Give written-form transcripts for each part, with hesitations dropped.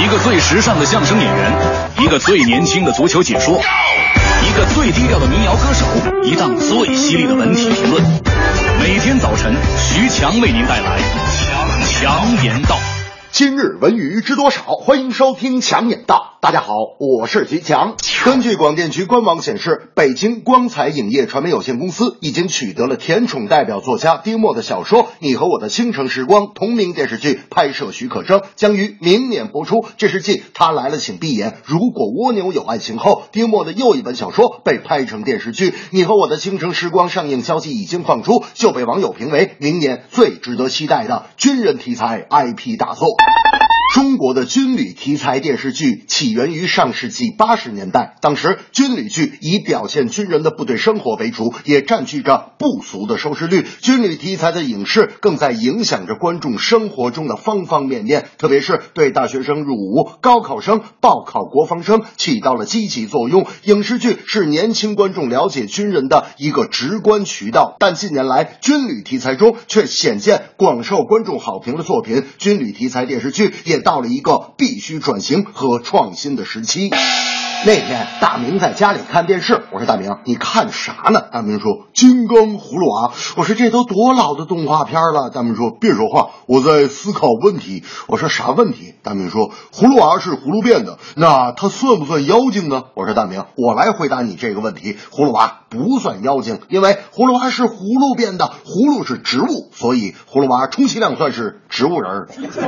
一个最时尚的相声演员，一个最年轻的足球解说，一个最低调的民谣歌手，一档最犀利的文体评论。每天早晨，徐强为您带来强言道。 今日文娱知多少？欢迎收听强言道。大家好，我是徐强。根据广电局官网显示，北京光彩影业传媒有限公司已经取得了甜宠代表作家丁默的小说《你和我的倾城时光》同名电视剧拍摄许可证，将于明年播出。这是继《他来了请闭眼》《如果蜗牛有爱情》后，丁默的又一本小说被拍成电视剧《你和我的倾城时光》上映消息已经放出，就被网友评为明年最值得期待的军人题材 IP 大作。中国的军旅题材电视剧起源于上世纪80年代，当时军旅剧以表现军人的部队生活为主，也占据着不俗的收视率。军旅题材的影视更在影响着观众生活中的方方面面，特别是对大学生入伍、高考生报考国防生起到了积极作用。影视剧是年轻观众了解军人的一个直观渠道，但近年来军旅题材中却显见广受观众好评的作品，军旅题材电视剧也到了一个必须转型和创新的时期。那天大明在家里看电视，我说大明你看啥呢？大明说金刚葫芦娃。我说这都多老的动画片了。大明说别说话，我在思考问题。我说啥问题？大明说葫芦娃是葫芦变的，那它算不算妖精呢？我说大明我来回答你这个问题，葫芦娃不算妖精，因为葫芦娃是葫芦变的，葫芦是植物，所以葫芦娃充其量算是植物人。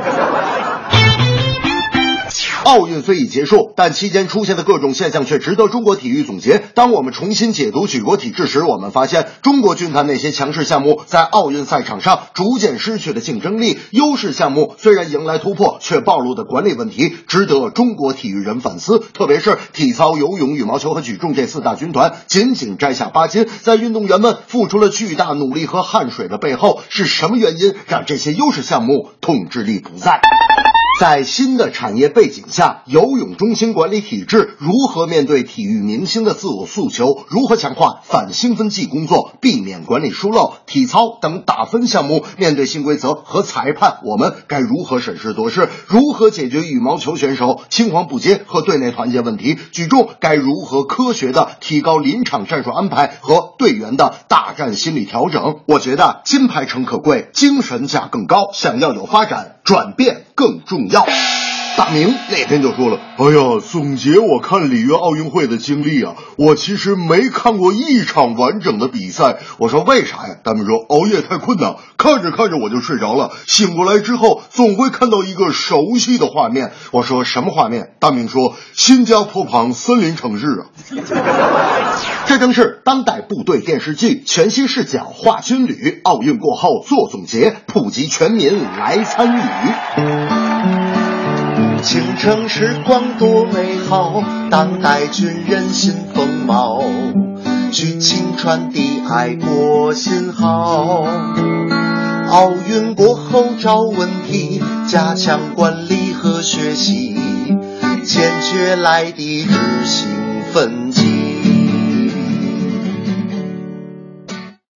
奥运虽已结束，但期间出现的各种现象却值得中国体育总结。当我们重新解读举国体制时，我们发现中国军坛那些强势项目在奥运赛场上逐渐失去了竞争力，优势项目虽然迎来突破，却暴露的管理问题值得中国体育人反思。特别是体操、游泳、羽毛球和举重这四大军团仅仅摘下8金，在运动员们付出了巨大努力和汗水的背后，是什么原因让这些优势项目统治力不在？在新的产业背景下，游泳中心管理体制如何面对体育明星的自我诉求？如何强化反兴奋剂工作，避免管理疏漏？体操等打分项目面对新规则和裁判，我们该如何审时度势？如何解决羽毛球选手青黄不接和队内团结问题？举重该如何科学地提高临场战术安排和队员的大战心理调整？我觉得金牌诚可贵，精神价更高，想要有发展，转变更重要。大明那天就说了，哎呀，总结我看里约奥运会的经历啊，我其实没看过一场完整的比赛。我说为啥呀？大明说熬夜太困难，看着看着我就睡着了，醒过来之后总会看到一个熟悉的画面。我说什么画面？大明说新加坡旁森林城市啊。这正是当代部队电视剧全新视角话军旅，奥运过后做总结，普及全民来参与。 倾城时光多美好，当代军人新风貌，剧情传递爱国信号。奥运过后找问题，加强管理和学习，坚决来的日兴奋进。